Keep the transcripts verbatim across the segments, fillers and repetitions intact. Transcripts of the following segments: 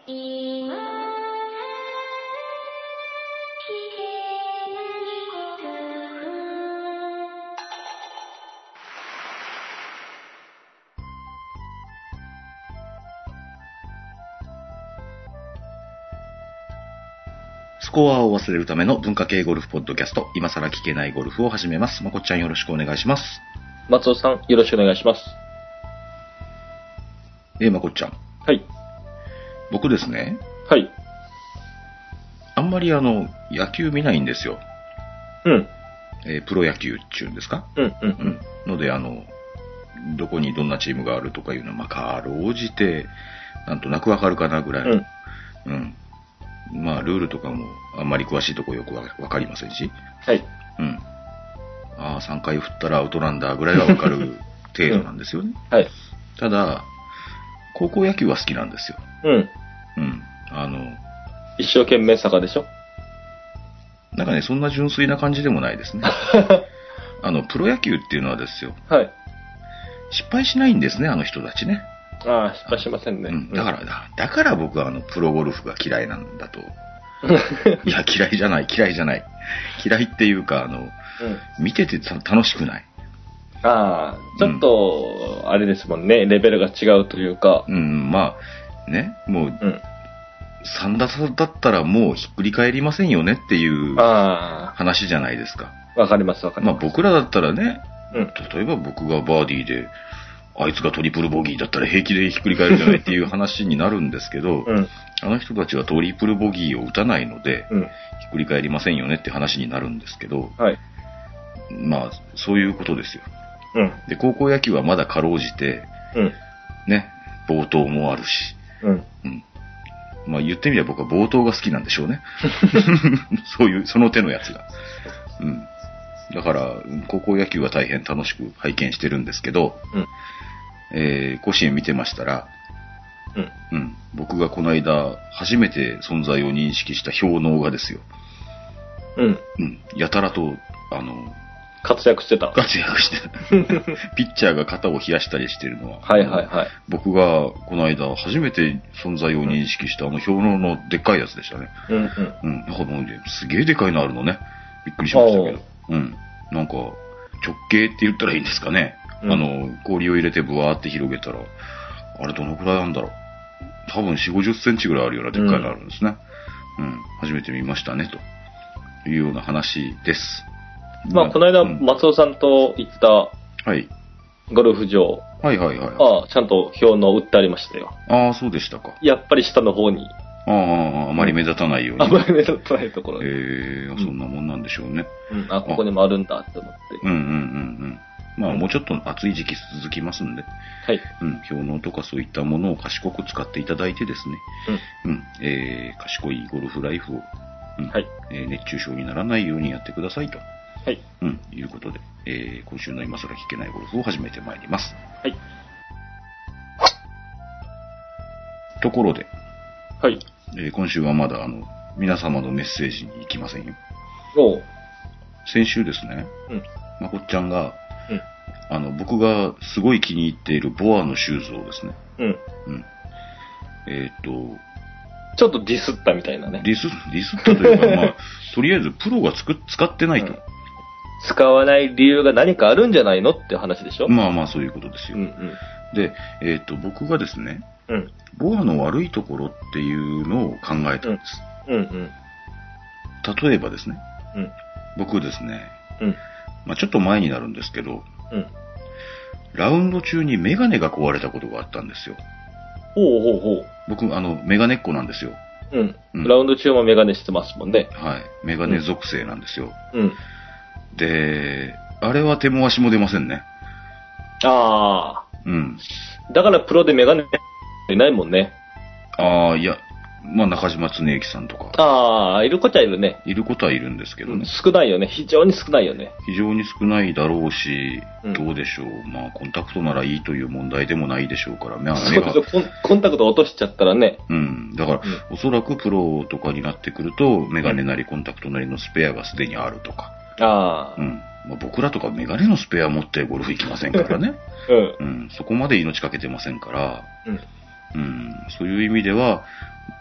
スコアを忘れるための文化系ゴルフポッドキャスト、今更聞けないゴルフを始めます。まこっちゃんよろしくお願いします。 松尾さんよろしくお願いします。 えー、まこっちゃん。 はい。 僕ですね。 はい。 あんまりあの、野球見ないんですよ。 うん。 えー、プロ野球っていうんですか？ うんうんうん。 のであの、どこにどんなチームがあるとかいうのは、まあ、かろうじて、なんとなくわかるかなぐらい。うん。うん。まあ、ルールとかもあんまり詳しいとこよくわかりませんし。 はい。 うん。ああ、さんかい振ったらアウトランダーぐらいはわかる程度なんですよね。 うん、はい。 ただ、高校野球は好きなんですよ。 うん。 うん。あの、 一生懸命坂でしょ？ なんかね、そんな純粋な感じでもないですね。あの、プロ野球っていうのはですよ。 はい。 失敗しないんですね、あの人たちね。 ああ、失敗しませんね。 うん、だからだ、だから僕はあの、プロゴルフが嫌いなんだと。いや、嫌いじゃない、嫌いじゃない。嫌いっていうか、あの、うん、見てて楽しくない。 ああ、ちょっと、あれですもんね、レベルが違うというか。 うん、まあ、ね、もう、うん、さん打差だったらもうひっくり返りませんよねっていう話じゃないですか。 わかりますわかります。 まあ僕らだったらね、 うん、 例えば僕がバーディーで、あいつがトリプルボギーだったら平気でひっくり返るじゃないっていう話になるんですけど、うん、あの人たちはトリプルボギーを打たないので、うん、ひっくり返りませんよねって話になるんですけど、はい、まあそういうことですよ。うん、で高校野球はまだかろうじて、うん、ね、暴投もあるし、うんうん、まあ言ってみれば僕は暴投が好きなんでしょうね。そういうその手のやつが。うん、だから高校野球は大変楽しく拝見してるんですけど、うんえー、甲子園見てましたら、うんうん、僕がこの間初めて存在を認識した氷嚢がですよ、うんうん、やたらとあの活躍してた活躍してたピッチャーが肩を冷やしたりしてるのは、 はいはいはい、 僕がこの間初めて存在を認識したあの氷嚢のでっかいやつでしたね。うんうんうん、なんかもうねすげえでかいのあるのね、びっくりしましたけど、うん、なんか直径って言ったらいいんですかね。うん、あの、氷を入れてブワーって広げたら、あれどのくらいあるんだろう。多分よんじゅう、ごじゅっセンチぐらいあるようなでっかいのあるんですね。うん。うん、初めて見ましたね、というような話です。 まあ、この間、うん、松尾さんと行った、はい。ゴルフ場。 はいはいはい。 ああ、ちゃんと氷嚢売ってありましたよ。 ああ、そうでしたか。 やっぱり下の方に。 ああ、あまり目立たないように。 あまり目立たないところに。へえー、そんなもんなんでしょうね。 うん、あ、ここにもあるんだって思って。 うんうんうんうん。まあ、もうちょっと暑い時期続きますんで、はい。うん、氷嚢とかそういったものを賢く使っていただいてですね、うん、うん、えー、賢いゴルフライフを、うん、はい。えー、熱中症にならないようにやってくださいと、はい。うん、いうことで、えー、今週の今更聞けないゴルフを始めてまいります。はい。ところで、はい。えー、今週はまだあの、皆様のメッセージに行きませんよ。おう。先週ですね、うん。まこっちゃんが、うん、あの、僕がすごい気に入っているボアのシューズをですね。うん。うん。えっ、ー、と、 ちょっとディスったみたいなね。 ディス、ディスったというか、まあ、とりあえずプロがつく使ってないと、うん。 使わない理由が何かあるんじゃないのって話でしょ？ まあまあそういうことですよ。うんうん、で、えっ、ー、と、僕がですね、うん、ボアの悪いところっていうのを考えたんです。うんうんうん、例えばですね、うん、僕ですね、うんまあ、ちょっと前になるんですけど、うん、ラウンド中にメガネが壊れたことがあったんですよ。 ほうほうほう。 僕、あの、メガネっ子なんですよ。 うん。うん、ラウンド中もメガネしてますもんね。 はい。メガネ属性なんですよ。うん。で、あれは手も足も出ませんね。 ああ。 うん。 だからプロでメガネいないもんね。 ああ、いや、まあ中島恒之さんとか。 ああ、いることはいるね。 いることはいるんですけどね、うん。 少ないよね。非常に少ないよね。 非常に少ないだろうし、うん、どうでしょう。まあコンタクトならいいという問題でもないでしょうから。まあ、 そうそうコン、コンタクト落としちゃったらね。 うん。だから、うん、おそらくプロとかになってくると、メガネなりコンタクトなりのスペアがすでにあるとか。 ああ。 うん。まあ、僕らとかメガネのスペア持ってゴルフ行きませんからね。うん、うん。そこまで命かけてませんから。うん。うん、そういう意味では、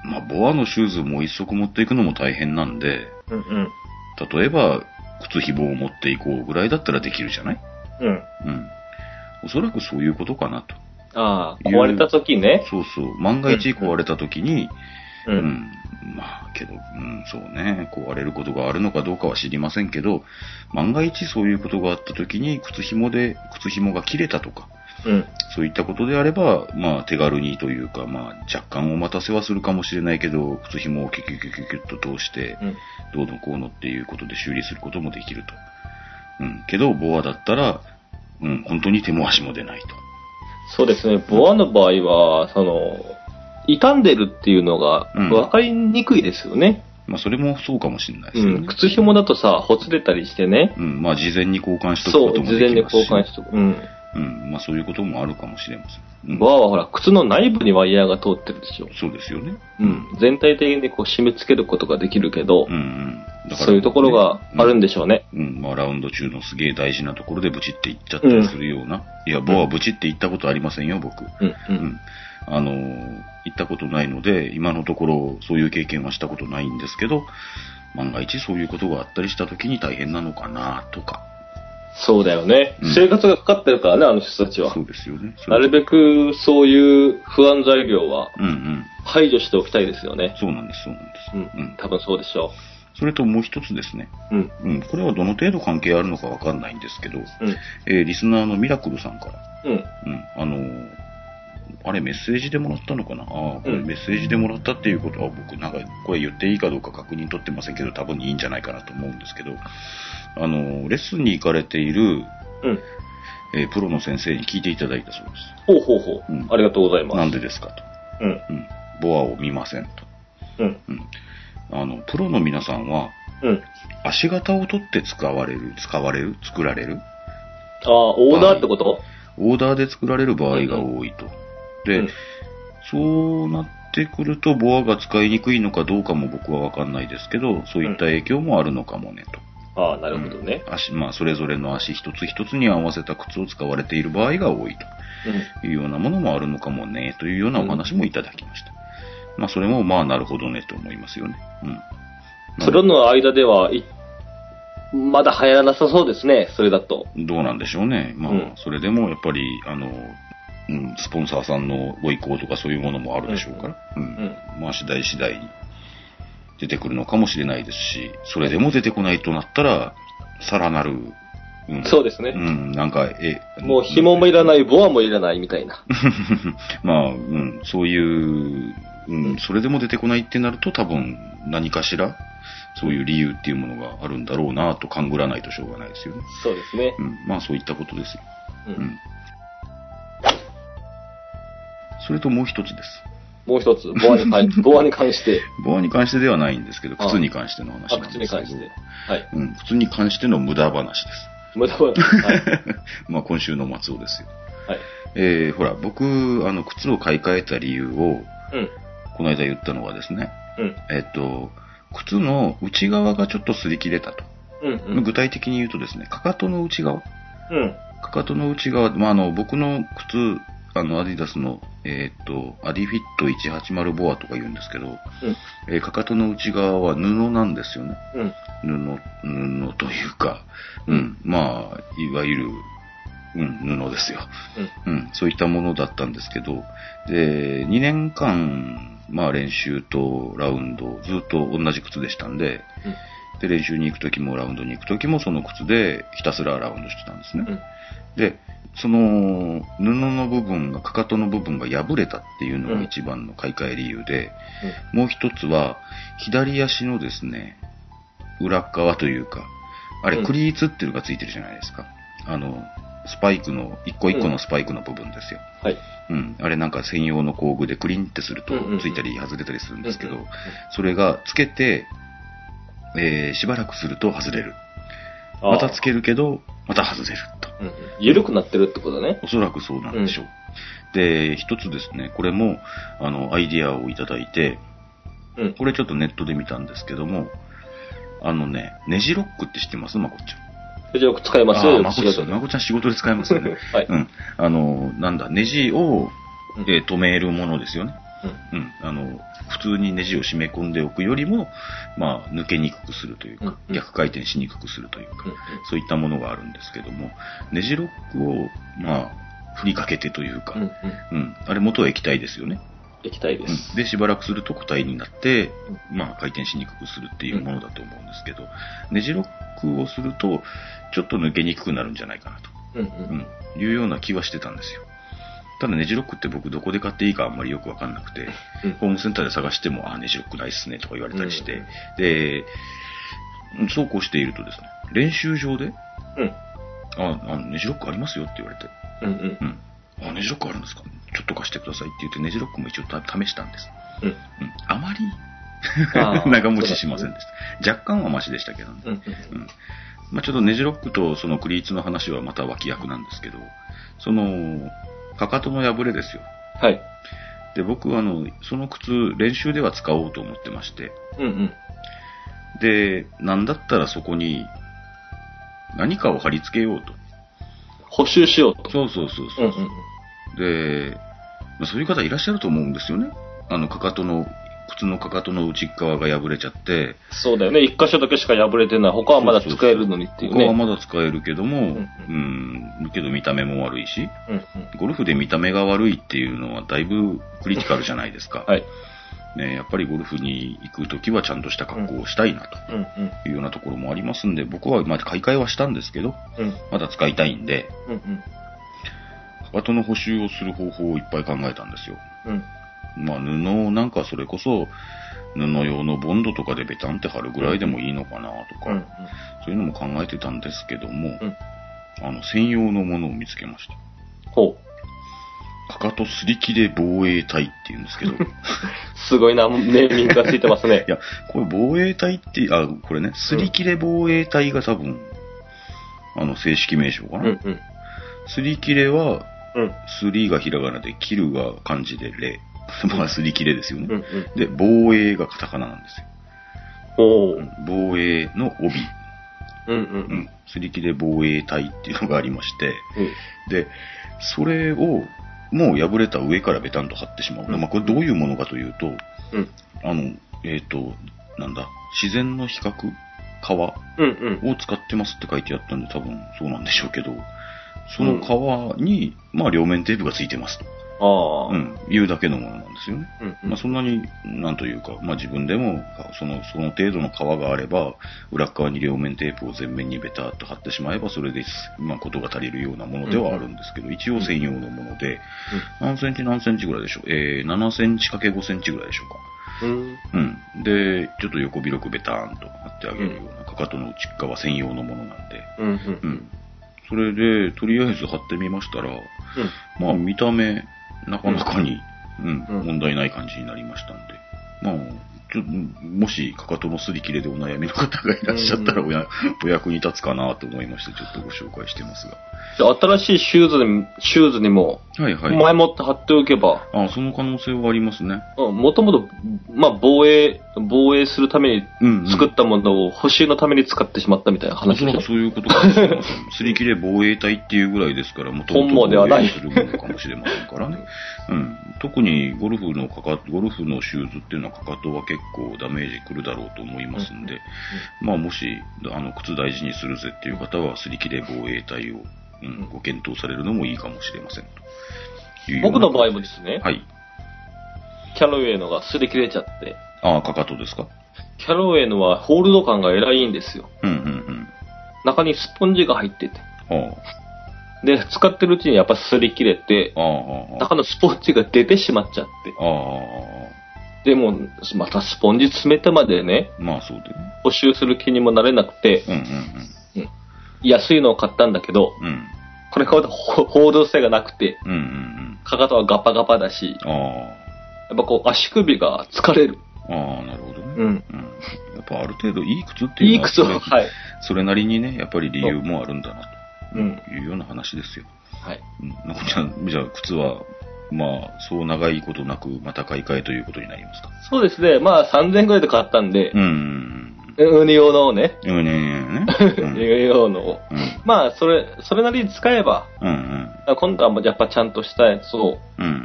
まあ、ボアのシューズも一足持っていくのも大変なんで、 うんうん。 例えば、靴紐を持っていこうぐらいだったらできるじゃない？ うん。 うん。おそらくそういうことかなと。 ああ、壊れた時ね。 そうそう。万が一壊れた時に、 うん。うん、 うんまあ、けど、うん、そうね。壊れることがあるのかどうかは知りませんけど、万が一そういうことがあった時に、靴紐で、靴紐が切れたとか、うん、そういったことであれば、まあ、手軽にというか、まあ、若干お待たせはするかもしれないけど、靴紐をキュキュキュキュキュッと通して、うん、どうのこうのっていうことで修理することもできると。うん。けど、ボアだったら、うん、本当に手も足も出ないと。 そうですね。ボアの場合は、その、傷んでるっていうのが分かりにくいですよね。 うん、まあ、それもそうかもしれないですよね。 うん、靴紐だとさ、ほつれたりしてね。 うん、まあ、事前に交換しとくこともできますし。そう、 事前に交換しとく。うん。 うん、まあ、そういうこともあるかもしれません。うん、 ボアはほら、靴の内部にワイヤーが通ってるでしょ。 そうですよね。 うん。全体的にこう締め付けることができるけど、 うんうん。 だからそういうところがあるんでしょうね。 うん、うん、まあ、ラウンド中のすげえ大事なところでブチっていっちゃったりするような。うん、いや、ボアブチっていったことありませんよ、僕。うん、うん。うんあの、行ったことないので、今のところそういう経験はしたことないんですけど、万が一そういうことがあったりした時に大変なのかなとか。 そうだよね、うん。生活がかかってるからね、あの人たちは。 そうですよね。 なるべくそういう不安材料は排除しておきたいですよね。うんうん、 そうなんです、そうなんです。 うん、うん、多分そうでしょう。 それともう一つですね。うん。うん。これはどの程度関係あるのかわかんないんですけど、うん、えー、リスナーのミラクルさんから。うん。うん。あのー、あれメッセージでもらったのかなああ、これメッセージでもらったっていうことは僕なんかこれ言っていいかどうか確認取ってませんけど多分いいんじゃないかなと思うんですけど、あの、レッスンに行かれている、うんえー、プロの先生に聞いていただいたそうです。 ほうほうほう。うん、ありがとうございます。 なんでですかと。うん。うん。ボアを見ませんと。うん。うん。あの、プロの皆さんは、うん。足型を取って使われる、使われる、作られるああ、オーダーってこと？ オーダーで作られる場合が多いと。うんで、うん、そうなってくると、ボアが使いにくいのかどうかも僕はわかんないですけど、そういった影響もあるのかもね、と。 ああ、なるほどね。 うん、足、まあ、それぞれの足一つ一つに合わせた靴を使われている場合が多いというようなものもあるのかもね、というようなお話もいただきました。うん、まあ、それも、まあ、なるほどね、と思いますよね。うん。まあ、プロの間では、まだ流行らなさそうですね、それだと。 どうなんでしょうね。まあ、うん、それでもやっぱり、あの、うん、スポンサーさんのご意向とかそういうものもあるでしょうから、うん。うん。まあ、次第次第に出てくるのかもしれないですし、それでも出てこないとなったら、さらなる、 うん、そうですね。 うん、なんか、え、 もう紐もいらない、ボアもいらないみたいな。 まあ、うん、そういう、うん、それでも出てこないってなると多分何かしら、そういう理由っていうものがあるんだろうなと勘ぐらないとしょうがないですよね。 そうですね。 うん、まあそういったことですよ。うん。うん、それともう一つです。 もう一つ、ボアに関して、ボアに関して。 ボアに関してではないんですけど、靴に関しての話なんですけど。 靴に関して。はい。 うん、靴に関しての無駄話です。 無駄話。はい。 まあ今週の松尾ですよ。 はい。 えー、ほら、僕、あの、靴を買い替えた理由を、うん。この間言ったのはですね、うん。えっと、靴の内側がちょっと擦り切れたと。うんうん、具体的に言うとですね、かかとの内側。うん。かかとの内側、まあ、あの、僕の靴、あの、アディダスの、えー、っと、アディフィットいちはちまるボアとか言うんですけど、うんえー、かかとの内側は布なんですよね。うん。布、布というか、うん。まあ、いわゆる、うん、布ですよ、うん。うん。そういったものだったんですけど、で、にねんかん、まあ練習とラウンド、ずっと同じ靴でしたんで、うん、で、練習に行くときもラウンドに行くときもその靴でひたすらラウンドしてたんですね。うん、で、その布の部分が、かかとの部分が破れたっていうのが一番の買い替え理由で、うん、もう一つは、左足のですね、裏側というか、あれ、クリーツっていうのがついてるじゃないですか。あの、スパイクの、一個一個のスパイクの部分ですよ。うん、はい。うん。あれなんか専用の工具でクリンってするとついたり外れたりするんですけど、それがつけて、えー、しばらくすると外れる。またつけるけど、また外れると。 うん、緩くなってるってことね。 おそらくそうなんでしょう。うん、で、一つですね、これも、あの、アイディアをいただいて、うん、これちょっとネットで見たんですけども、あのね、ネジロックって知ってます？まこっちゃん。 よく使いますよ。 あ、まこちゃん、まこちゃん仕事で使いますよね。はい。うん。あの、なんだ、ネジを、えー、止めるものですよね。 うん。あの、普通にネジを締め込んでおくよりも、まあ、抜けにくくするというか、うん、逆回転しにくくするというか、うん、そういったものがあるんですけども、ネジロックを、まあ、振りかけてというか、うん、うん、あれ元は液体ですよね。 液体です、 うん。で、しばらくすると固体になって、まあ、回転しにくくするっていうものだと思うんですけど、ネジロックをすると、ちょっと抜けにくくなるんじゃないかなと、うんうんうん、いうような気はしてたんですよ。ただネジロックって僕どこで買っていいかあんまりよくわかんなくて、うん、ホームセンターで探しても、あ、ネジロックないっすねとか言われたりして、うん、で、そうこうしているとですね、練習場で、うん、ああ、ネジロックありますよって言われて、うんうんうん、あ、ネジロックあるんですか、ちょっと貸してくださいって言ってネジロックも一応試したんです。うんうん、あまり長持ちしませんでした。若干はマシでしたけどね。うんうんうん、まあ、ちょっとネジロックとそのクリーツの話はまた脇役なんですけど、その、かかとの破れですよ。はい。で、僕はあの、その靴、練習では使おうと思ってまして。うんうん。で、なんだったらそこに、何かを貼り付けようと。 補修しようと。 そうそうそうそう。うんうん、で、まあ、そういう方いらっしゃると思うんですよね。あの、かかとの、靴のかかとの内側が破れちゃって。 そうだよね。一箇所だけしか破れてない。他はまだ使えるのにっていうね。 他はまだ使えるけども、うん、うん、けど見た目も悪いし、うんうん、ゴルフで見た目が悪いっていうのはだいぶクリティカルじゃないですか。はい。ね、やっぱりゴルフに行くときはちゃんとした格好をしたいなというようなところもありますんで、僕はまあ買い替えはしたんですけど、うん、まだ使いたいんで、うんうん、かかとの補修をする方法をいっぱい考えたんですよ。うんまあ布なんかそれこそ布用のボンドとかでベタンって貼るぐらいでもいいのかなとか、うんうん、そういうのも考えてたんですけども、うん、あの専用のものを見つけました。ほう。かかとすり切れ防衛体っていうんですけど。 すごいな、ネーミングがついてますね。 いや、これ防衛体って、あ、これね、すり切れ防衛体が多分、あの正式名称かな。うんうん、すり切れは、うん、すりがひらがなで、切るが漢字でれ。まあ、すり切れですよね。うんうん、で、防衛がカタカナなんですよ。お防衛の帯。うんうんうん。すり切れ防衛体っていうのがありまして、うん、で、それを、もう破れた上からベタンと貼ってしまう。うん、まあ、これどういうものかというと、うん、あの、えっと、なんだ、自然の比較、革を使ってますって書いてあったんで、多分そうなんでしょうけど、その革に、まあ、両面テープがついてますと。あうん、いうだけのものなんですよね。うんうん、まあ、そんなに、なんというか、まあ、自分でもその、その程度の皮があれば、裏側に両面テープを全面にベターっと貼ってしまえば、それで、まあ、ことが足りるようなものではあるんですけど、うんうん、一応専用のもので、うん、何センチ何センチぐらいでしょう。えー、ななセンチかけごセンチぐらいでしょうか。うん、うん。で、ちょっと横広くベターンと貼ってあげるような、かかとの内側専用のものなんで、うんうんうん、それで、とりあえず貼ってみましたら、うん、まあ、見た目、なかなかに、うん、うん、問題ない感じになりましたんで。まあ、ちょもし、かかとの擦り切れでお悩みの方がいらっしゃったらおや、お役に立つかなと思いまして、ちょっとご紹介してますが。 新しいシューズに、シューズにも、はいはい。前もって貼っておけば。 ああ、その可能性はありますね。 もともと、まあ、防衛、防衛するために作ったものを補修のために使ってしまったみたいな話でしょ。 そういうことかもしれません。擦り切れ防衛体っていうぐらいですから、もともと防衛するものかもしれませんからね。うん。特にゴルフのかか、ゴルフのシューズっていうのはかかとは結構ダメージくるだろうと思いますんで、うん、まあもし、あの、靴大事にするぜっていう方は、擦り切れ防衛体を、うん、ご検討されるのもいいかもしれませんという。 僕の場合もですね。 はい。 キャロウェイのが擦り切れちゃって。 ああ、かかとですか？ キャロウェイのはホールド感が偉いんですよ。 うんうんうん。 中にスポンジが入ってて。はあ、で、使ってるうちにやっぱ擦り切れて、ああ、中のスポンジが出てしまっちゃって。ああ、でも、またスポンジ詰めてまでね。 まあそうでね。 補修する気にもなれなくて。うんうんうん。うん、安いのを買ったんだけど、うん、これ買うとホールド性がなくて、うんうんうん、かかとはガパガパだし、あやっぱこう足首が疲れる。 ああ、なるほどね。うん。うん、やっぱある程度いい靴っていうのは、いい靴は、はい。それなりにね、やっぱり理由もあるんだなというような話ですよ。はい。うん。なんかじゃあ、じゃあ靴は、まあ、そう長いことなく、また買い替えということになりますか？ そうですね。まあ、さんぜんえんぐらいで買ったんで、うん。ウニ用のをね。 ウニね。 ウニ用のを。うん、まあ、それ、それなりに使えば、うんうん、今度はやっぱちゃんとしたやつを、うん。う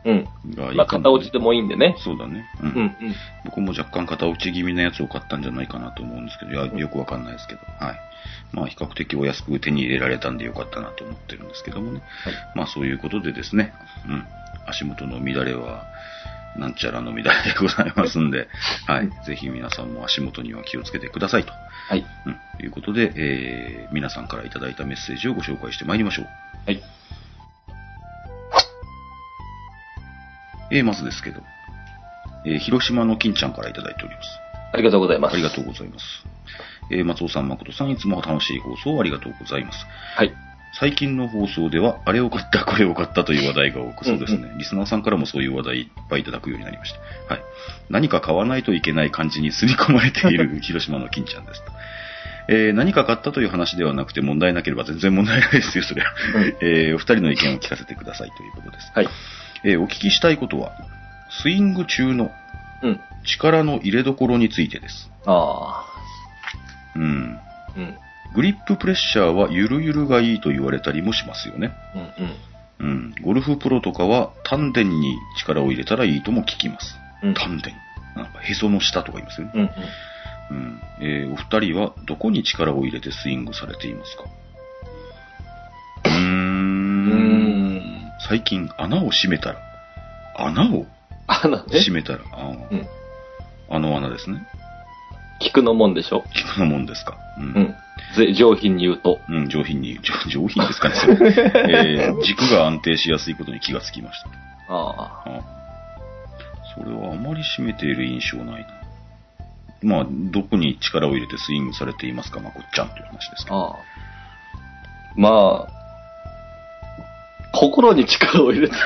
うん。まあ、片落ちでもいいんでね。 そうだね。うん。うんうん、僕も若干片落ち気味なやつを買ったんじゃないかなと思うんですけど、いや、よくわかんないですけど、はい。まあ、比較的お安く手に入れられたんでよかったなと思ってるんですけどもね。はい、まあ、そういうことでですね、うん。足元の乱れは、なんちゃらの乱れでございますんで、はい。ぜひ皆さんも足元には気をつけてくださいと。 はい。 うん。ということで、えー、皆さんからいただいたメッセージをご紹介してまいりましょう。 はい。 えー、まずですけど、えー、広島の金ちゃんからいただいております。 ありがとうございます。 ありがとうございます。えー、松尾さん、誠さん、いつも楽しい放送をありがとうございます。 はい。 最近の放送では、あれを買った、これを買ったという話題が多く、そうですね、うんうん。リスナーさんからもそういう話題いっぱいいただくようになりました。はい。何か買わないといけない感じに刷り込まれている広島の金ちゃんですと。えー、何か買ったという話ではなくて問題なければ全然問題ないですよ、それは。うん、えー、お二人の意見を聞かせてくださいということです。 はい。 えー、お聞きしたいことは、スイング中の力の入れどころについてです。 うん、ああ。 うん。うん。グリッププレッシャーはゆるゆるがいいと言われたりもしますよね。うんうん。うん。ゴルフプロとかは丹田に力を入れたらいいとも聞きます。うん、丹田。なんかへその下とか言いますよね。うんうん。うんえー、お二人はどこに力を入れてスイングされていますか？うーん。うーん最近穴を閉めたら、穴を穴ね。 閉めたら、あ, うん、あの穴ですね。 菊のもんでしょ？ 菊のもんですか。うん。 うん、上品に言うと。 うん、上品に、上品ですかね、それ。えー、軸が安定しやすいことに気がつきました。 ああ。 それはあまり締めている印象ないな。まあ、どこに力を入れてスイングされていますか、まこっちゃんという話ですけど。 ああ。まあ、心に力を入れて。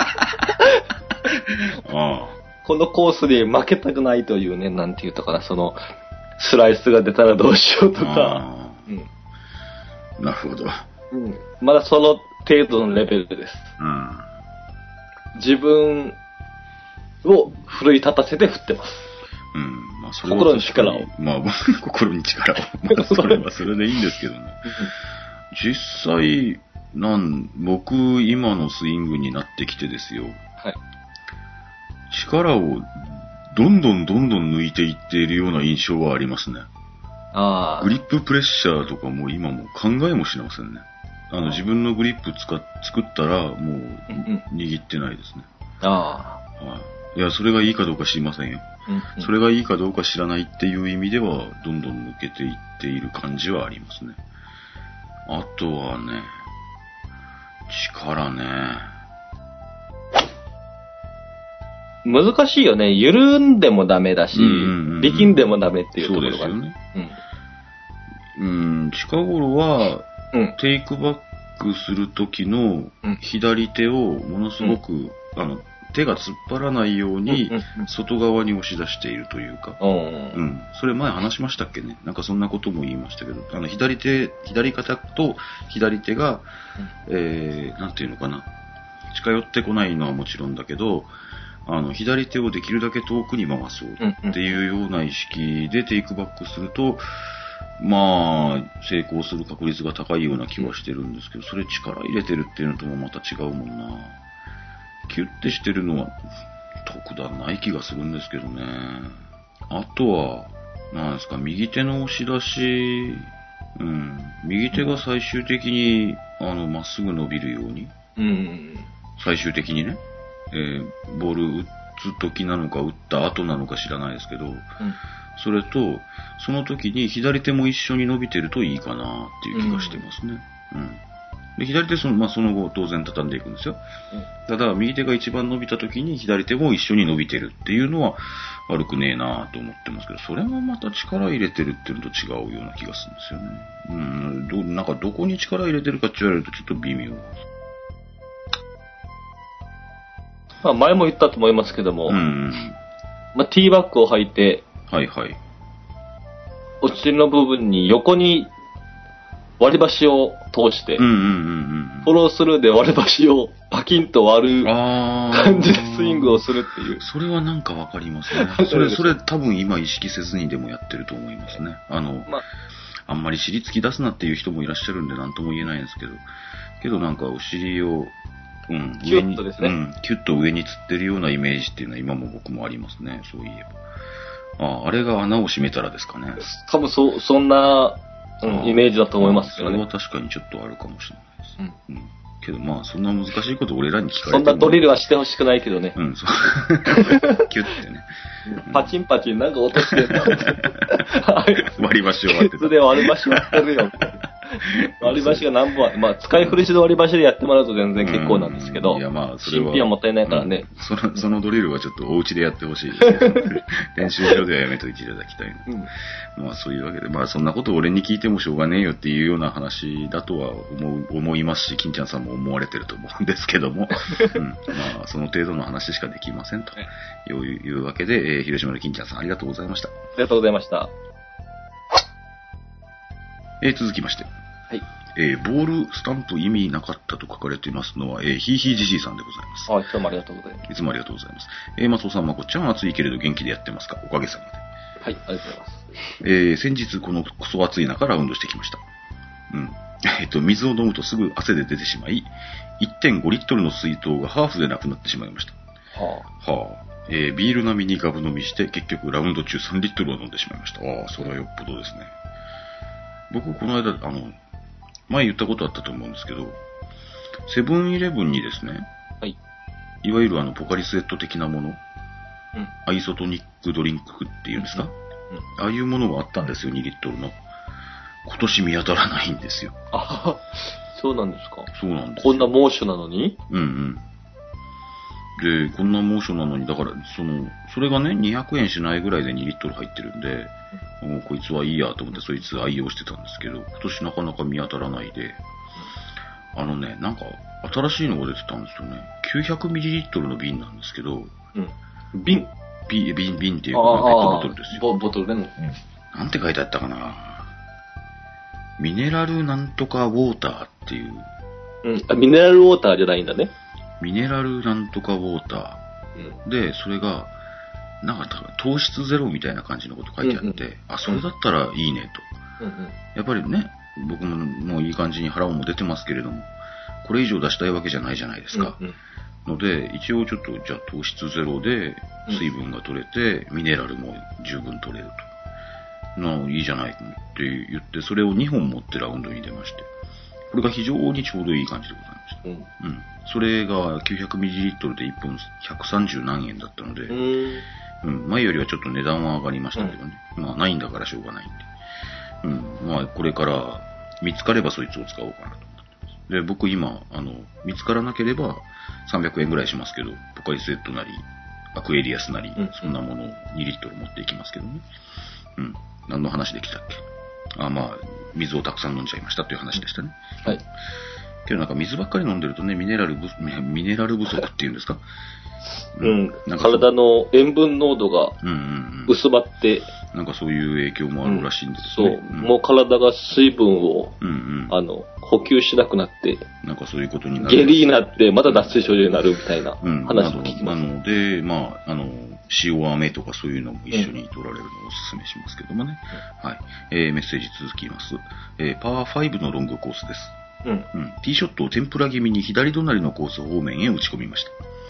ああ。このコースに負けたくないというね、なんて言うとかな、その、スライスが出たらどうしようとか。 うん、なるほど。 うん。まだその程度のレベルです。 うん。 自分を奮い立たせて振ってます。 うん。まあ、それは心に力を。 まあ、心に力を。まあ、それはそれでいいんですけどね。実際、なん、僕、今のスイングになってきてですよ。 はい。 力をどんどんどんどん抜いていっているような印象はありますね。 ああ。 グリッププレッシャーとかも今も考えもしませんね。あの、自分のグリップ使っ作ったらもう握ってないですね。 ああ。はい。いや、それがいいかどうか知りませんよ。 うんうん、 それがいいかどうか知らないっていう意味では、どんどん抜けていっている感じはありますね。あとはね、力ね。 難しいよね。緩んでもダメだし、うんうんうん、力んでもダメっていうところが。 そうですよね。うん。うん、近頃は、うん、テイクバックするときの左手をものすごく、うん、あの、手が突っ張らないように外側に押し出しているというか、 うんうんうん、それ前話しましたっけね。なんかそんなことも言いましたけど、あの左手、左肩と左手が、うん、えー、なんていうのかな、近寄ってこないのはもちろんだけど、あの左手をできるだけ遠くに回そうっていうような意識でテイクバックすると、まあ成功する確率が高いような気はしてるんですけど、それ力入れてるっていうのともまた違うもんな。キュッてしてるのは特段ない気がするんですけどね。あとは、なんですか、右手の押し出し、うん、右手が最終的に、あの、まっすぐ伸びるように、 うん、 最終的にね、えー、ボール打つ時なのか打った後なのか知らないですけど、うん、それと、その時に左手も一緒に伸びてるといいかなっていう気がしてますね。うん、うんで左手その、まあ、その後当然畳んでいくんですよ。うん、ただ右手が一番伸びた時に左手も一緒に伸びてるっていうのは悪くねえなと思ってますけど、それもまた力入れてるっていうのと違うような気がするんですよね。うん、どなんかどこに力入れてるかって言われるとちょっと微妙。 まあ前も言ったと思いますけども、 うん、 まあ、ティーバッグを履いて、 はいはい。 お尻の部分に横に割り箸を通して、 うんうんうんうん、 フォロースルーで割り箸をパキンと割る感じでスイングをするっていう。 それはなんかわかりますね。それ、それ多分今意識せずにでもやってると思いますね。あの、ま、あんまり尻突き出すなっていう人もいらっしゃるんで何とも言えないんですけど、けどなんかお尻をうん、 キュッとですね。 うん、キュッと上に釣ってるようなイメージっていうのは今も僕もありますね、そういえば。ああ、あれが穴を閉めたらですかね。 多分そ、そんな、うん、イメージだと思いますけどね。 それは確かにちょっとあるかもしれないです。うん。うん、けどまあ、そんな難しいこと俺らに聞かれても。 そんなドリルはしてほしくないけどね。 うん、そう。キュッてね。 パチンパチンなんか落としてる割り箸を割ってた。で割り箸割ってるよ。割り箸が何本、まあ、使い古しの割り箸でやってもらうと全然結構なんですけど、 いやまあ、それは新品はもったいないからね、 うん、その。そのドリルはちょっとお家でやってほしいですね。練習場ではやめといていただきたい、うん。まあそういうわけで、まあそんなことを俺に聞いてもしょうがねえよっていうような話だとは思う、思いますし、金ちゃんさんも思われてると思うんですけども、うん、まあその程度の話しかできませんというわけで、えー、広島の金ちゃんさんありがとうございました。ありがとうございました。 えー、続きまして。 はい。 えー、ボールスタンプ意味なかったと書かれていますのは、えー、ひいひいじじいさんでございます。 はい、いつもありがとうございます。 いつもありがとうございます。えー、松尾さん、まこっちゃん、暑いけれど元気でやってますか？おかげさまで。 はい、ありがとうございます。 えー、先日このクソ暑い中ラウンドしてきました。うん。えっと、水を飲むとすぐ汗で出てしまい、いってんごリットルの水筒がハーフでなくなってしまいました。はあ。はあ。えー、ビール並みにガブ飲みして、結局ラウンド中さんリットルを飲んでしまいました。ああ、それはよっぽどですね。僕、この間、あの、前言ったことあったと思うんですけど、セブンイレブンにですね、 はい。 いわゆるあの、ポカリスエット的なもの、 うん。 アイソトニックドリンクっていうんですか、うんうん、ああいうものがあったんですよ、にリットルの。今年見当たらないんですよ。 あ、そうなんですか。 そうなんです。 こんな猛暑なのに？ うんうん。で、こんな猛暑なのに、だから、その、それがね、にひゃくえんしないぐらいでにリットル入ってるんで、もうこいつはいいやと思ってそいつ愛用してたんですけど、今年なかなか見当たらないで、あのね、なんか、新しいのが出てたんですよね。きゅうひゃくミリリットルの瓶なんですけど、 うん。瓶瓶、瓶、瓶っていうか、ペットボトルですよ。 ボ、ボトルで、ね、 うん。なんて書いてあったかな。ミネラルなんとかウォーターっていう。 うん。あ、ミネラルウォーターじゃないんだね。 ミネラルなんとかウォーター。うん、で、それが、なんか糖質ゼロみたいな感じのこと書いてあって、うんうん、あ、それだったらいいねと。うんうん、やっぱりね、僕ももういい感じに腹も出てますけれども、これ以上出したいわけじゃないじゃないですか。うんうん、ので、一応ちょっと、じゃあ糖質ゼロで水分が取れて、うん、ミネラルも十分取れると。のいいじゃないって言って、それをにほん持ってラウンドに出まして、これが非常にちょうどいい感じでございました。うん。うん。それが きゅうひゃくミリリットル でいっぽんひゃくさんじゅうなんえんだったので、うん、前よりはちょっと値段は上がりましたけどね。うん、まあ、ないんだからしょうがないんで。うん。まあ、これから見つかればそいつを使おうかなと思ってます。で、僕今、あの、見つからなければさんびゃくえんぐらいしますけど、ポカリスエットなり、アクエリアスなり、うん、そんなものをにリットル持っていきますけどね。うん。何の話できたっけ？あ、まあ、水をたくさん飲んじゃいましたという話でしたね。 はい。 けどなんか水ばっかり飲んでるとね、ミネラル不、ミネラル不足っていうんですか？ うん。なんか体の塩分濃度が薄まって、うんうんうん、なんかそういう影響もあるらしいんですね。 うん、そう、うん。もう体が水分を、うんうん、あの、補給しなくなって、 なんかそういうことになる。 下痢になって、また脱水症状になるみたいな話も聞きます。 うん、なので、まあ、あの、塩飴とかそういうのも一緒に取られるのをお勧めしますけどもね。うん、はい。えー、メッセージ続きます。えー、パワーファイブのロングコースです。うん。うん。ティーショットを天ぷら気味に左隣のコース方面へ打ち込みました。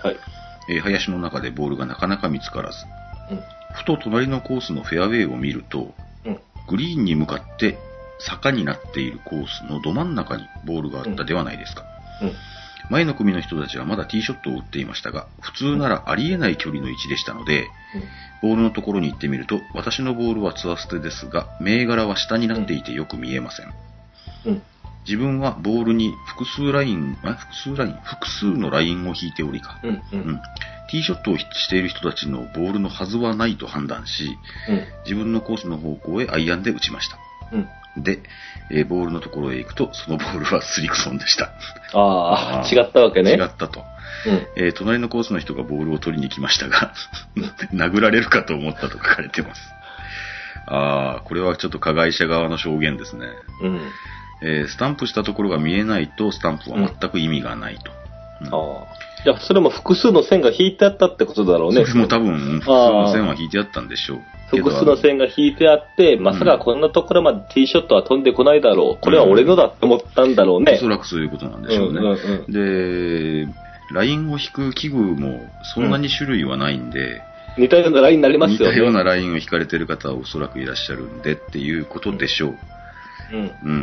はい。えー、林の中でボールがなかなか見つからず、うん、ふと隣のコースのフェアウェイを見ると、うん、グリーンに向かって坂になっているコースのど真ん中にボールがあったではないですか。うんうん、前の組の人たちはまだティーショットを打っていましたが、普通ならありえない距離の位置でしたので、うん、ボールのところに行ってみると、私のボールはツアステですが、銘柄は下になっていてよく見えません。うん、自分はボールに複数ライン、あ、複数ライン、複数のラインを引いておりか、うんうんうん、ティーショットをしている人たちのボールのはずはないと判断し、うん、自分のコースの方向へアイアンで打ちました。うん、で、えー、ボールのところへ行くと、そのボールはスリクソンでした。 ああ、違ったわけね。 違ったと。うんえー。隣のコースの人がボールを取りに来ましたが、殴られるかと思ったと書かれてます。ああ、これはちょっと加害者側の証言ですね。うんえー、スタンプしたところが見えないと、スタンプは全く意味がないと。うんうん、 ああ。じゃあ、それも複数の線が引いてあったってことだろうね。 それも多分、複数の線は引いてあったんでしょう。 複数の線が引いてあって、まさかこんなところまでティーショットは飛んでこないだろう。これは俺のだって思ったんだろうね。 うん、おそらくそういうことなんでしょうね。うんうんうん、で、 ラインを引く器具もそんなに種類はないんで、 うん、似たようなラインになりますよね。 似たようなラインを引かれてる方はおそらくいらっしゃるんでっていうことでしょう。うん。うん、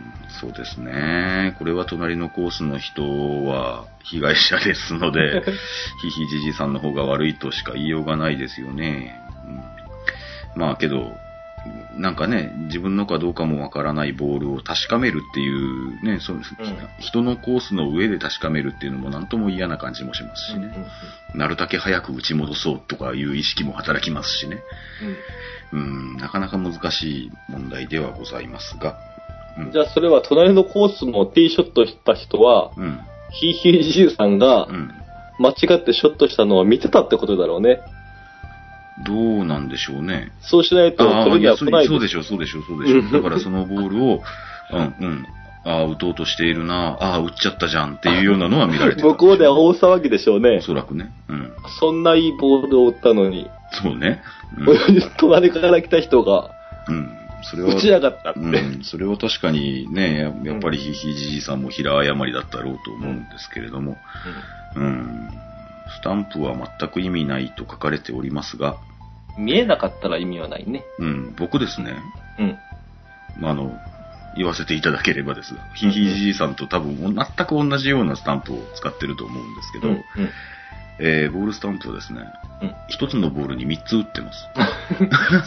そうですね。これは隣のコースの人は被害者ですので、ひひじじさんの方が悪いとしか言いようがないですよね。うん、まあけど、なんかね、自分のかどうかもわからないボールを確かめるっていうね、その、うん、人のコースの上で確かめるっていうのもなんとも嫌な感じもしますしね。うんうんうん、なるだけ早く打ち戻そうとかいう意識も働きますしね。うん、うんなかなか難しい問題ではございますが。 うん、じゃあそれは隣のコースのティーショットした人は、うん、ひいひいじいさんが間違ってショットしたのを見てたってことだろうね。 どうなんでしょうね。 そうしないと取りには来ない。 そうでしょう、そうでしょう、そうでしょう。だからそのボールを、うん、うん、ああ、打とうとしているな、ああ、打っちゃったじゃんっていうようなのは見られてる。 向こうでは大騒ぎでしょうね。 おそらくね。うん。 そんないいボールを打ったのに。 そうね。 うん、隣から来た人が、 うん。それは、 打ちやがったって。うん。それは確かにね、やっぱりひひじじさんも平誤りだったろうと思うんですけれども、うん。うん、スタンプは全く意味ないと書かれておりますが、 見えなかったら意味はないね。 うん、僕ですね。 うん。 まあ、あの、言わせていただければですが、ひひじいさんと多分全く同じようなスタンプを使ってると思うんですけど、うんうん、えー、ボールスタンプをですね、一、うん、つのボールにみっつ打ってます。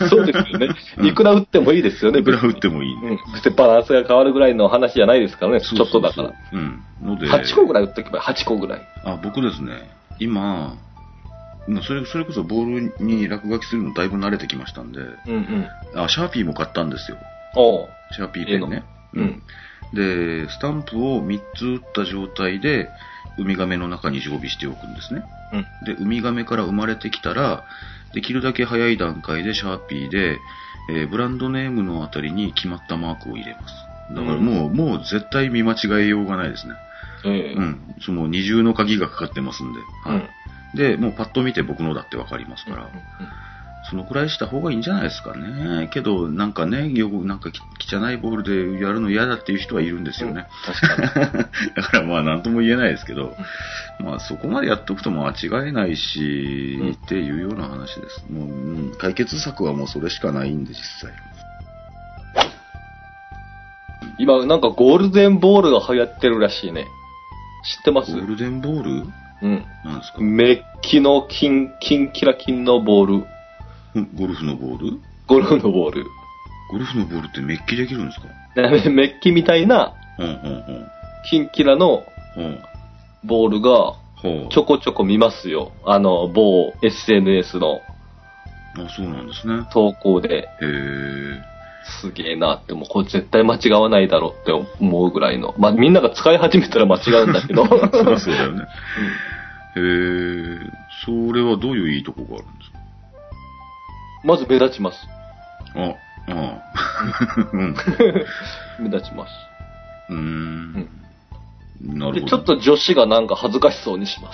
そうですよね。いくら打ってもいいですよね。 いくら打ってもいい、ね。 うん。別にバランスが変わるぐらいの話じゃないですからね、そうそうそうちょっとだから。 うん。ので、 はちこぐらい打っとけばはちこぐらい。 あ、僕ですね、今、それ、それこそボールに落書きするのだいぶ慣れてきましたんで、うんうん、あ、シャーピーも買ったんですよ。 おシャーピーペンね。うん。で、スタンプをみっつ打った状態で、ウミガメの中に常備しておくんですね。うん、で、ウミガメから生まれてきたら、できるだけ早い段階でシャーピーで、えー、ブランドネームのあたりに決まったマークを入れます。だからもう、うん、もう絶対見間違えようがないですね。えー、うん。その二重の鍵がかかってますんで。はい。うんで、もうパッと見て僕のだってわかりますから、うんうんうん、そのくらいした方がいいんじゃないですかね。けど、なんかね、よくなんか汚いボールでやるの嫌だっていう人はいるんですよね。 うん、確かに。 だからまあなんとも言えないですけど、まあそこまでやっとくと間違えないし、うん、っていうような話です。もう、うん、解決策はもうそれしかないんで、実際。 今なんかゴールデンボールが流行ってるらしいね。知ってます？ ゴールデンボール？ うん。なんですか？メッキの金、金キラ金のボール。 ゴルフのボール？ ゴルフのボール。 ゴルフのボールってメッキできるんですか？ メッキみたいな、金キラのボールがちょこちょこ見ますよ。あの、某 エスエヌエス の。 あ、そうなんですね。 投稿で。 へー。 すげえなって、もうこれ絶対間違わないだろうって思うぐらいの。まあみんなが使い始めたら間違うんだけど。 そうそうだよね。うん、へえ、それはどういういいとこがあるんですか？ まず目立ちます。 あ、ああ。うん、 目立ちます。 うーん。うん、なるほど。 で、ちょっと女子がなんか恥ずかしそうにします。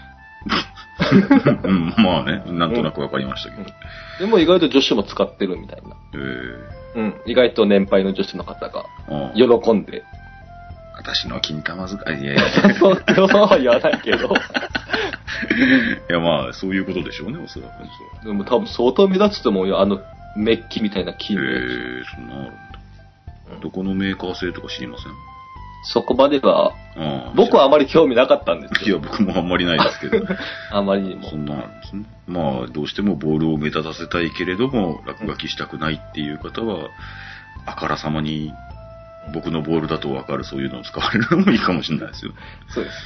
うん、まあね、なんとなくわかりましたけど、うんうん。 でも意外と女子も使ってるみたいな。 へえ。 うん、意外と年配の女子の方が喜んで。 私の金玉使い、いやいや。 そうは言わないけど。いやまあ、そういうことでしょうね、おそらく。 でも多分相当目立つと思うよ、あのメッキみたいな金のやつ。 へえ、そんなあるんだ、うん。どこのメーカー製とか知りません？ そこまでは、僕はあまり興味なかったんですけど。いや、僕もあんまりないですけど。 あまりにも。 そんなあるんですね。まあ、どうしてもボールを目立たせたいけれども、落書きしたくないっていう方は、あからさまに僕のボールだと分かるそういうのを使われるのもいいかもしれないですよ。 そうです。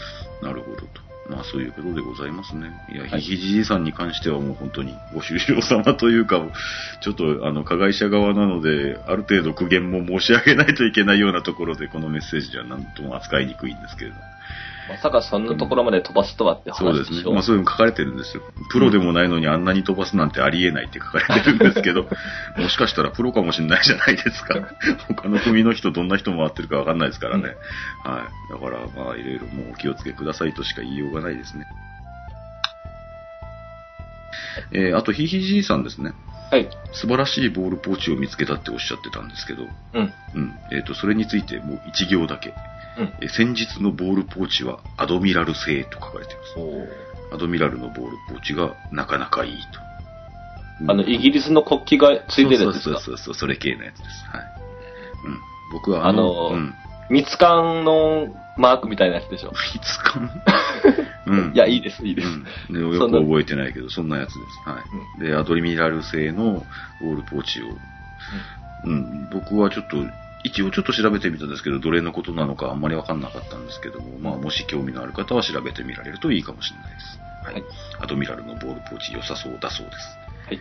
なるほどと。まあそういうことでございますね。いや、ひひじいさんに関してはもう本当にご愁傷様というか、ちょっとあの、加害者側なので、ある程度苦言も申し上げないといけないようなところで、このメッセージは何とも扱いにくいんですけれど。 まさかそんなところまで飛ばすとはって話でしょ、うん、 そうですね。まあそういうの書かれてるんですよ。プロでもないのにあんなに飛ばすなんてありえないって書かれてるんですけど、もしかしたらプロかもしれないじゃないですか。他の組の人どんな人回ってるかわかんないですからね。うん、はい。だからまあいろいろもうお気をつけくださいとしか言いようがないですね。えー、あとひひじいさんですね。 はい。 素晴らしいボールポーチを見つけたっておっしゃってたんですけど、 うん。 うん。えっと、それについてもう一行だけ。 うん、え先日のボールポーチはアドミラル製と書かれています。アドミラルのボールポーチがなかなかいいと。 あの、イギリスの国旗がついてるやつですか？ そうそうそう、それ系のやつです。はい。うん。僕はあの、あの、うん、蜜柑のマークみたいなやつでしょ。 蜜柑うん。 いや、いいです、いいです。 うん、でよく覚えてないけど、そんなやつです。はい。で、アドミラル製のボールポーチを、うん、うん、僕はちょっと、一応ちょっと調べてみたんですけど、どれのことなのかあんまりわかんなかったんですけども、まあ、もし興味のある方は調べてみられるといいかもしれないです。はい。はい、アドミラルのボールポーチ良さそうだそうです。はい。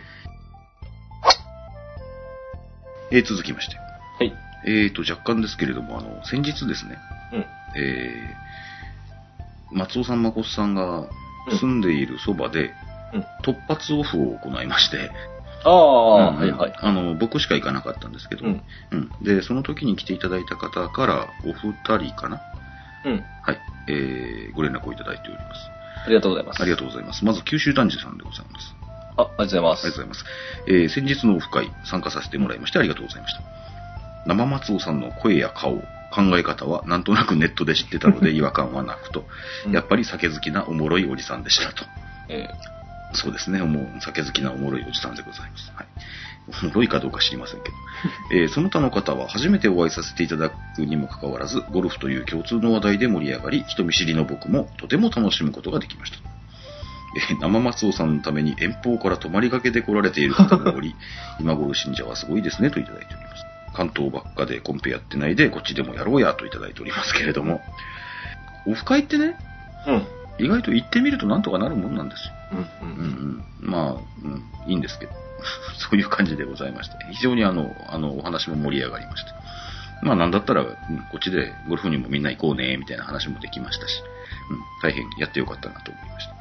えー、続きまして。 はい。 えーと、若干ですけれども、あの、先日ですね、うん。えー、松尾さん、誠さんが住んでいるそばで、うん、突発オフを行いまして、 ああ、うん、はいはい。 あの、僕しか行かなかったんですけど、うん、うん。で、その時に来ていただいた方からお二人かな、うん。はい。えー、ご連絡をいただいております。 ありがとうございます。 ありがとうございます。まず、九州男児さんでございます。 あ、ありがとうございます。 ありがとうございます。えー、先日のオフ会参加させてもらいましてありがとうございました。生松尾さんの声や顔、考え方はなんとなくネットで知ってたので違和感はなくと、うん、やっぱり酒好きなおもろいおじさんでしたと。えー、そうですね、もう酒好きなおもろいおじさんでございます。はい。おもろいかどうか知りませんけど、えー、その他の方は初めてお会いさせていただくにもかかわらず、ゴルフという共通の話題で盛り上がり、人見知りの僕もとても楽しむことができました。えー、生松尾さんのために遠方から泊まりがけで来られている方もおり、今頃信者はすごいですねといただいております。関東ばっかでコンペやってないで、こっちでもやろうやといただいておりますけれども、オフ会ってね、うん、意外と行ってみるとなんとかなるもんなんですよ。うんうんうんうん、まあ、うん、いいんですけど、そういう感じでございまして、非常にあの、あの、お話も盛り上がりまして、まあなんだったら、うん、こっちでゴルフにもみんな行こうね、みたいな話もできましたし、うん、大変やってよかったなと思いました。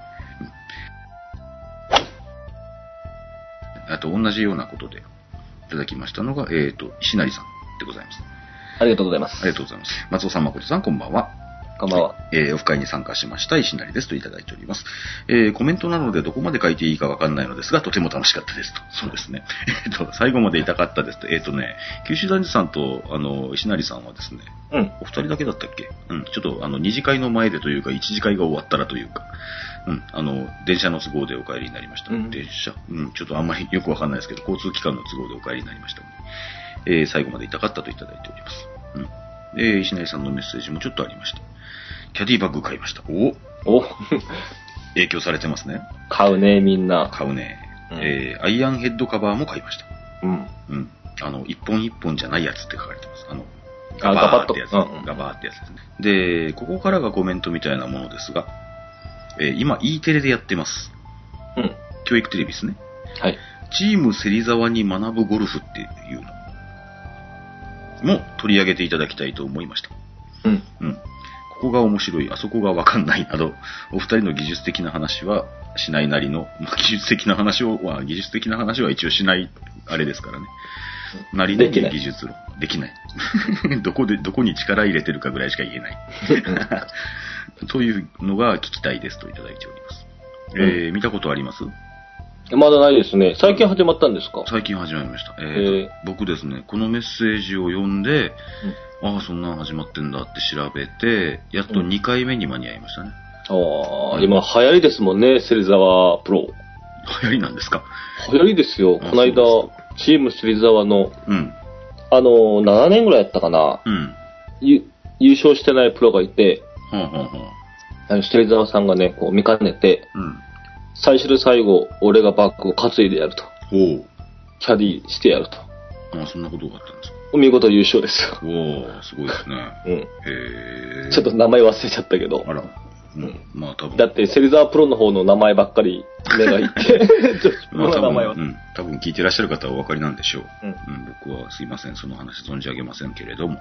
うん、あと同じようなことで、いただきましたのが、えっと、石成さんでございます。 ありがとうございます。 ありがとうございます。松尾さん、誠さん、こんばんは。 こんばんは。 えー、オフ会に参加しました石成ですといただいております。えー、コメントなのでどこまで書いていいかわかんないのですが、とても楽しかったですと。そうですね。えっと、最後までいたかったですと。えっとね、九州男児さんと、あの、石成さんはですね、うん。お二人だけだったっけ？うん。ちょっと、あの、二次会の前でというか、一次会が終わったらというか、うん。あの、電車の都合でお帰りになりました。うん、電車うん。ちょっとあんまりよくわかんないですけど、交通機関の都合でお帰りになりましたので、えー、最後までいたかったといただいております。うん。えー、石成さんのメッセージもちょっとありました。キャディバッグ買いました。おお影響されてますね。 買うね、みんな。 買うね。うん、えー、アイアンヘッドカバーも買いました。 うん。 うん。あの、一本一本じゃないやつって書かれてます。あの、ガバーってやつ。うんうん、ガバーってやつですね。で、ここからがコメントみたいなものですが、えー、今 E テレでやってます。 うん。 教育テレビですね。 はい。 チーム芹沢に学ぶゴルフっていうのも取り上げていただきたいと思いました。 うん。 うん。ここが面白い、あそこがわかんないなど、お二人の技術的な話はしないなりの、まあ、技術的な話を、まあ、技術的な話は一応しない、あれですからね。なりの技術論。できない。どこで、どこに力入れてるかぐらいしか言えない。というのが聞きたいですといただいております。うん、えー、見たことあります？ まだないですね。最近始まったんですか？ 最近始まりました。えーと、僕ですね、このメッセージを読んで、うん、ああ、そんなの始まってんだって調べて、やっとにかいめに間に合いましたね。 うん、ああ、今流行りですもんね、芹沢プロ。 流行りなんですか？ 流行りですよ。この間、チーム芹沢の、 うん、 あの、ななねんぐらいやったかな。 うん、 優勝してないプロがいて、 はあはあはあ、あの芹沢さんがね、こう見かねて、 うん、 最初で最後、俺がバッグを担いでやると。 おキャディーしてやると。 ああ、そんなことがあったんですか？ お見事優勝ですよ。 おー、すごいですね。 うん。 へー。 ちょっと名前忘れちゃったけど。 あら。うん。まあ多分。 だって、芹沢プロの方の名前ばっかり目がいって。 まあ多分、うん。多分聞いてらっしゃる方はお分かりなんでしょう。うん。うん、僕はすいません、その話存じ上げませんけれども。はい、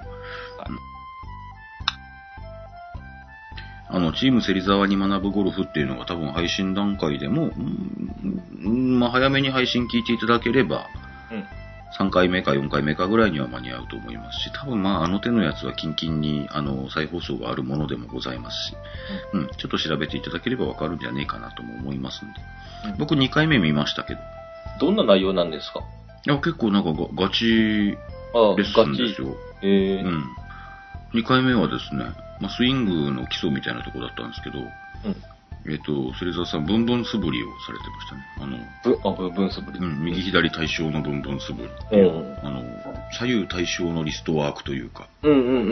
あの、チーム芹沢に学ぶゴルフっていうのが多分配信段階でも、うん、まあ早めに配信聞いていただければ、うん、さんかいめかよんかいめかぐらいには間に合うと思いますし、多分まああの手のやつはキンキンにあの再放送があるものでもございますし、うん、うん、ちょっと調べていただければわかるんじゃねえかなとも思いますんで。うん、僕にかいめ見ましたけど。 どんな内容なんですか？ いや、結構なんかガチレッスンですよ。 えー、 うん。 にかいめはですね、まあ、スイングの基礎みたいなところだったんですけど、うん、えっ、ー、と、芹沢さん、ブンブン素振りをされてましたね。あの、 ぶあ、ブンブン素振り。 うん、右左対称のブンブン素振り。うん、あの、左右対称のリストワークというか。 うんうんうんうん。うんうん、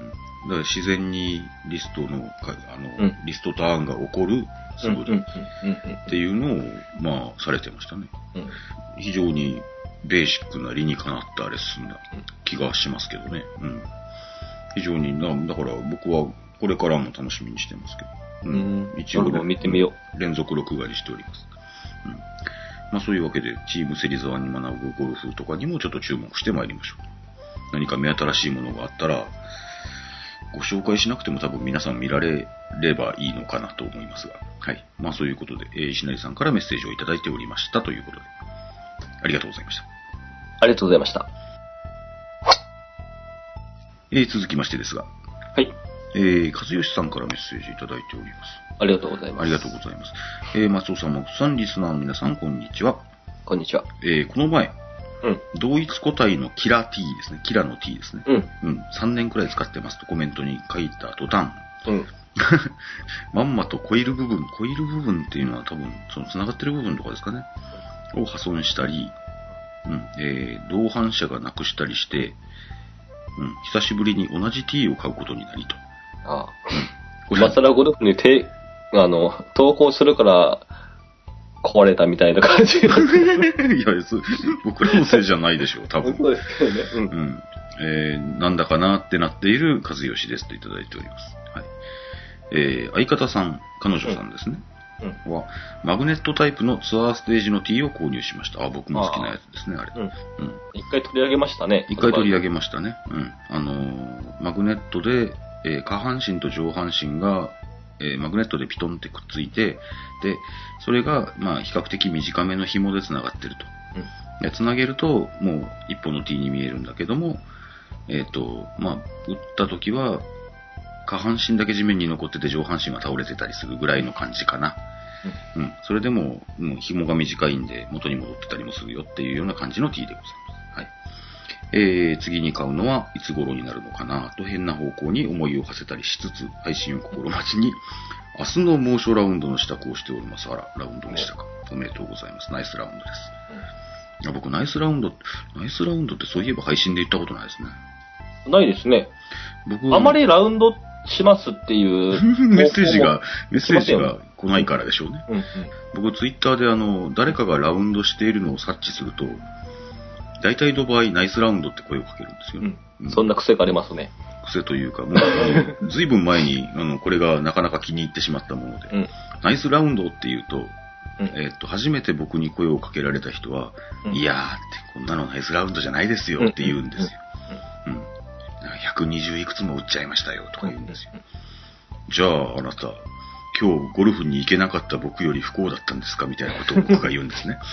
だから自然にリストの、あの、うん、リストターンが起こる素振りっていうのを、まあ、されてましたね。うん、非常にベーシックな理にかなったレッスンな気がしますけどね。うん。非常にな、だから僕はこれからも楽しみにしてますけど。 うん、一応見てみよう。連続録画にしております。うん。まあそういうわけで、チーム芹沢に学ぶゴルフとかにもちょっと注目してまいりましょう。何か目新しいものがあったら、ご紹介しなくても多分皆さん見られればいいのかなと思いますが。はい。まあそういうことで、えー、石成さんからメッセージをいただいておりましたということで。ありがとうございました。 ありがとうございました。 えー、続きましてですが。 はい。 えー、和義さんからメッセージいただいております。 ありがとうございます。 ありがとうございます。えー、松尾さん、もさん、リスナーの皆さん、こんにちは。 こんにちは。 えー、この前、うん、同一個体のキラ T ですね。キラの T ですね。うん。うん。さんねんくらい使ってますとコメントに書いた途端、うん。まんまとコイル部分、コイル部分っていうのは多分、その繋がってる部分とかですかね。を破損したり、うん。えー、同伴者がなくしたりして、うん。久しぶりに同じ T を買うことになりと。 ああ。うん。マサラゴルフに手、あの、投稿するから、壊れたみたいな感じ。いや、 僕らのせいじゃないでしょう、多分。 そうですよね。うん。うん、 えー、なんだかなってなっている和義ですといただいております。はい。えー、相方さん、彼女さんですね。うん、は、マグネットタイプのツアーステージの T を購入しました。あ、僕も好きなやつですね、あれ。うん。 うん。一回取り上げましたね。 一回取り上げましたね。うん。あのー、マグネットで、えー、下半身と上半身が、えー、マグネットでピトンってくっついて、で、それが、まあ、比較的短めの紐で繋がってると。うん、で繋げると、もう一本の T に見えるんだけども、えっと、まあ、打った時は、下半身だけ地面に残ってて上半身は倒れてたりするぐらいの感じかな。うん。うん、それでも、もう紐が短いんで、元に戻ってたりもするよっていうような感じの T でございます。はい。えー、次に買うのはいつ頃になるのかなと変な方向に思いを馳せたりしつつ、配信を心待ちに、明日の猛暑ラウンドの支度をしております。あら、ラウンドでしたか。おめでとうございます。ナイスラウンドです。うん、僕、ナイスラウンド、ナイスラウンドってそういえば配信で言ったことないですね。 ないですね。僕、あまりラウンドしますっていうメッセージが、メッセージが来ないからでしょうね。うんうん、僕、ツイッターであの、誰かがラウンドしているのを察知すると、大体の場合、ナイスラウンドって声をかけるんですよね。 うん、そんな癖がありますね。 癖というか、もう、ずいぶん前に、あの、これがなかなか気に入ってしまったもので、うん、ナイスラウンドって言うと、うん、えっと、初めて僕に声をかけられた人は、うん、いやーって、こんなのナイスラウンドじゃないですよって言うんですよ。うん。ひゃくにじゅういくつも打っちゃいましたよとか言うんですよ。じゃあ、あなた、今日ゴルフに行けなかった僕より不幸だったんですかみたいなことを僕が言うんですね。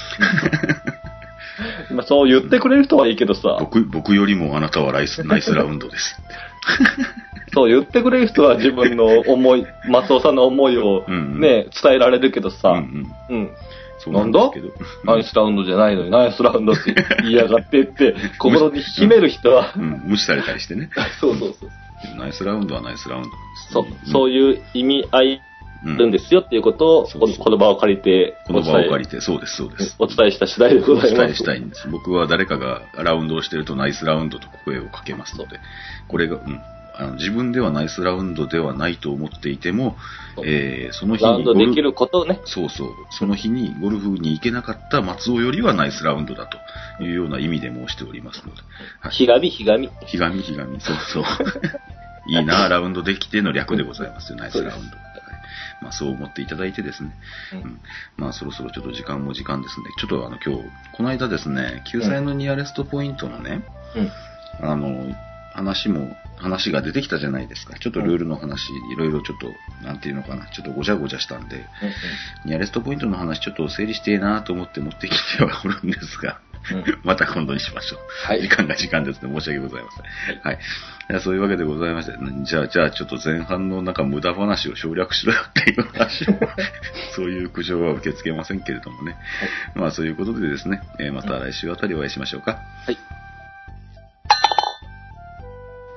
まあそう言ってくれる人はいいけどさ。 僕、僕よりもあなたはライスナイスラウンドです。 そう言ってくれる人は自分の思い、松尾さんの思いをね、うんうん、伝えられるけどさ。うん、うん。うん。そうなんですけど。ナイスラウンドじゃないのに、ナイスラウンドって言いやがってって、心に秘める人は、 うん。無視されたりしてね。 そうそうそう。 ナイスラウンドはナイスラウンドです、 そう、うん、そういう意味合いるんですよっていうことを、うん、そうそうこの場を借りて、 この場を借りて、そうです、そうです。 お伝えした次第でございます。 お伝えしたいんです。僕は誰かがラウンドをしてるとナイスラウンドと声をかけますので、これが、うん。あの自分ではナイスラウンドではないと思っていても、えー、その日にラウンドできることね。 そうそう。その日にゴルフに行けなかった松尾よりはナイスラウンドだというような意味で申しておりますので。 はい、ひがみ、ひがみ。 ひがみ、ひがみ。そうそう。いいな、ラウンドできての略でございますよ、ナイスラウンド。まあそう思っていただいてですね。うんうん、まあそろそろちょっと時間も時間ですんで、ちょっとあの今日、この間ですね、救済のニアレストポイントのね、うん、あの、話も、話が出てきたじゃないですか。ちょっとルールの話、いろいろちょっと、なんていうのかな、ちょっとごちゃごちゃしたんで、うんうん、ニアレストポイントの話ちょっと整理してえなと思って持ってきてはおるんですが、うん、また今度にしましょう。はい。時間が時間ですね。申し訳ございません。はい。はい、そういうわけでございまして、じゃあ、じゃあちょっと前半のなんか無駄話を省略しろよっていう話を、そういう苦情は受け付けませんけれどもね。はい、まあそういうことでですね、えー、また来週あたりお会いしましょうか。はい。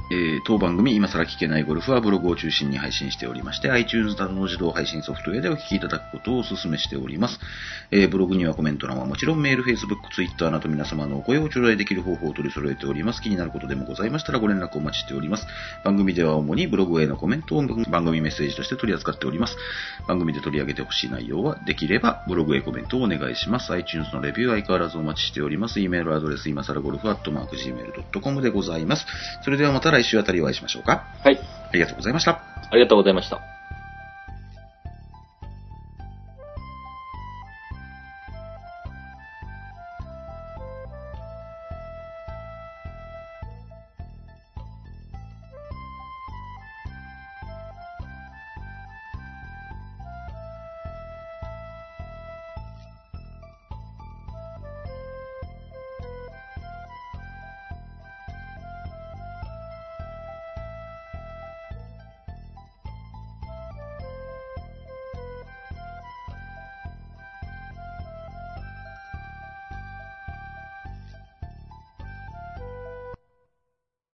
えー、当番組今更聞けないゴルフはブログを中心に配信しておりまして、iTunes などの自動配信ソフトウェアでお聞きいただくことをお勧めしております。えー、ブログにはコメント欄はもちろんメール、Facebook、Twitter など皆様のお声を頂戴できる方法を取り揃えております。気になることでもございましたらご連絡お待ちしております。番組では主にブログへのコメントを番組メッセージとして取り扱っております。番組で取り上げてほしい内容はできればブログへコメントをお願いします。iTunes のレビュー相変わらずお待ちしております。E メールアドレス今更ゴルフアットマーク ジーメールドットコム でございます。それではまた来週あたりお会いしましょうか。 はい。 ありがとうございました。 ありがとうございました。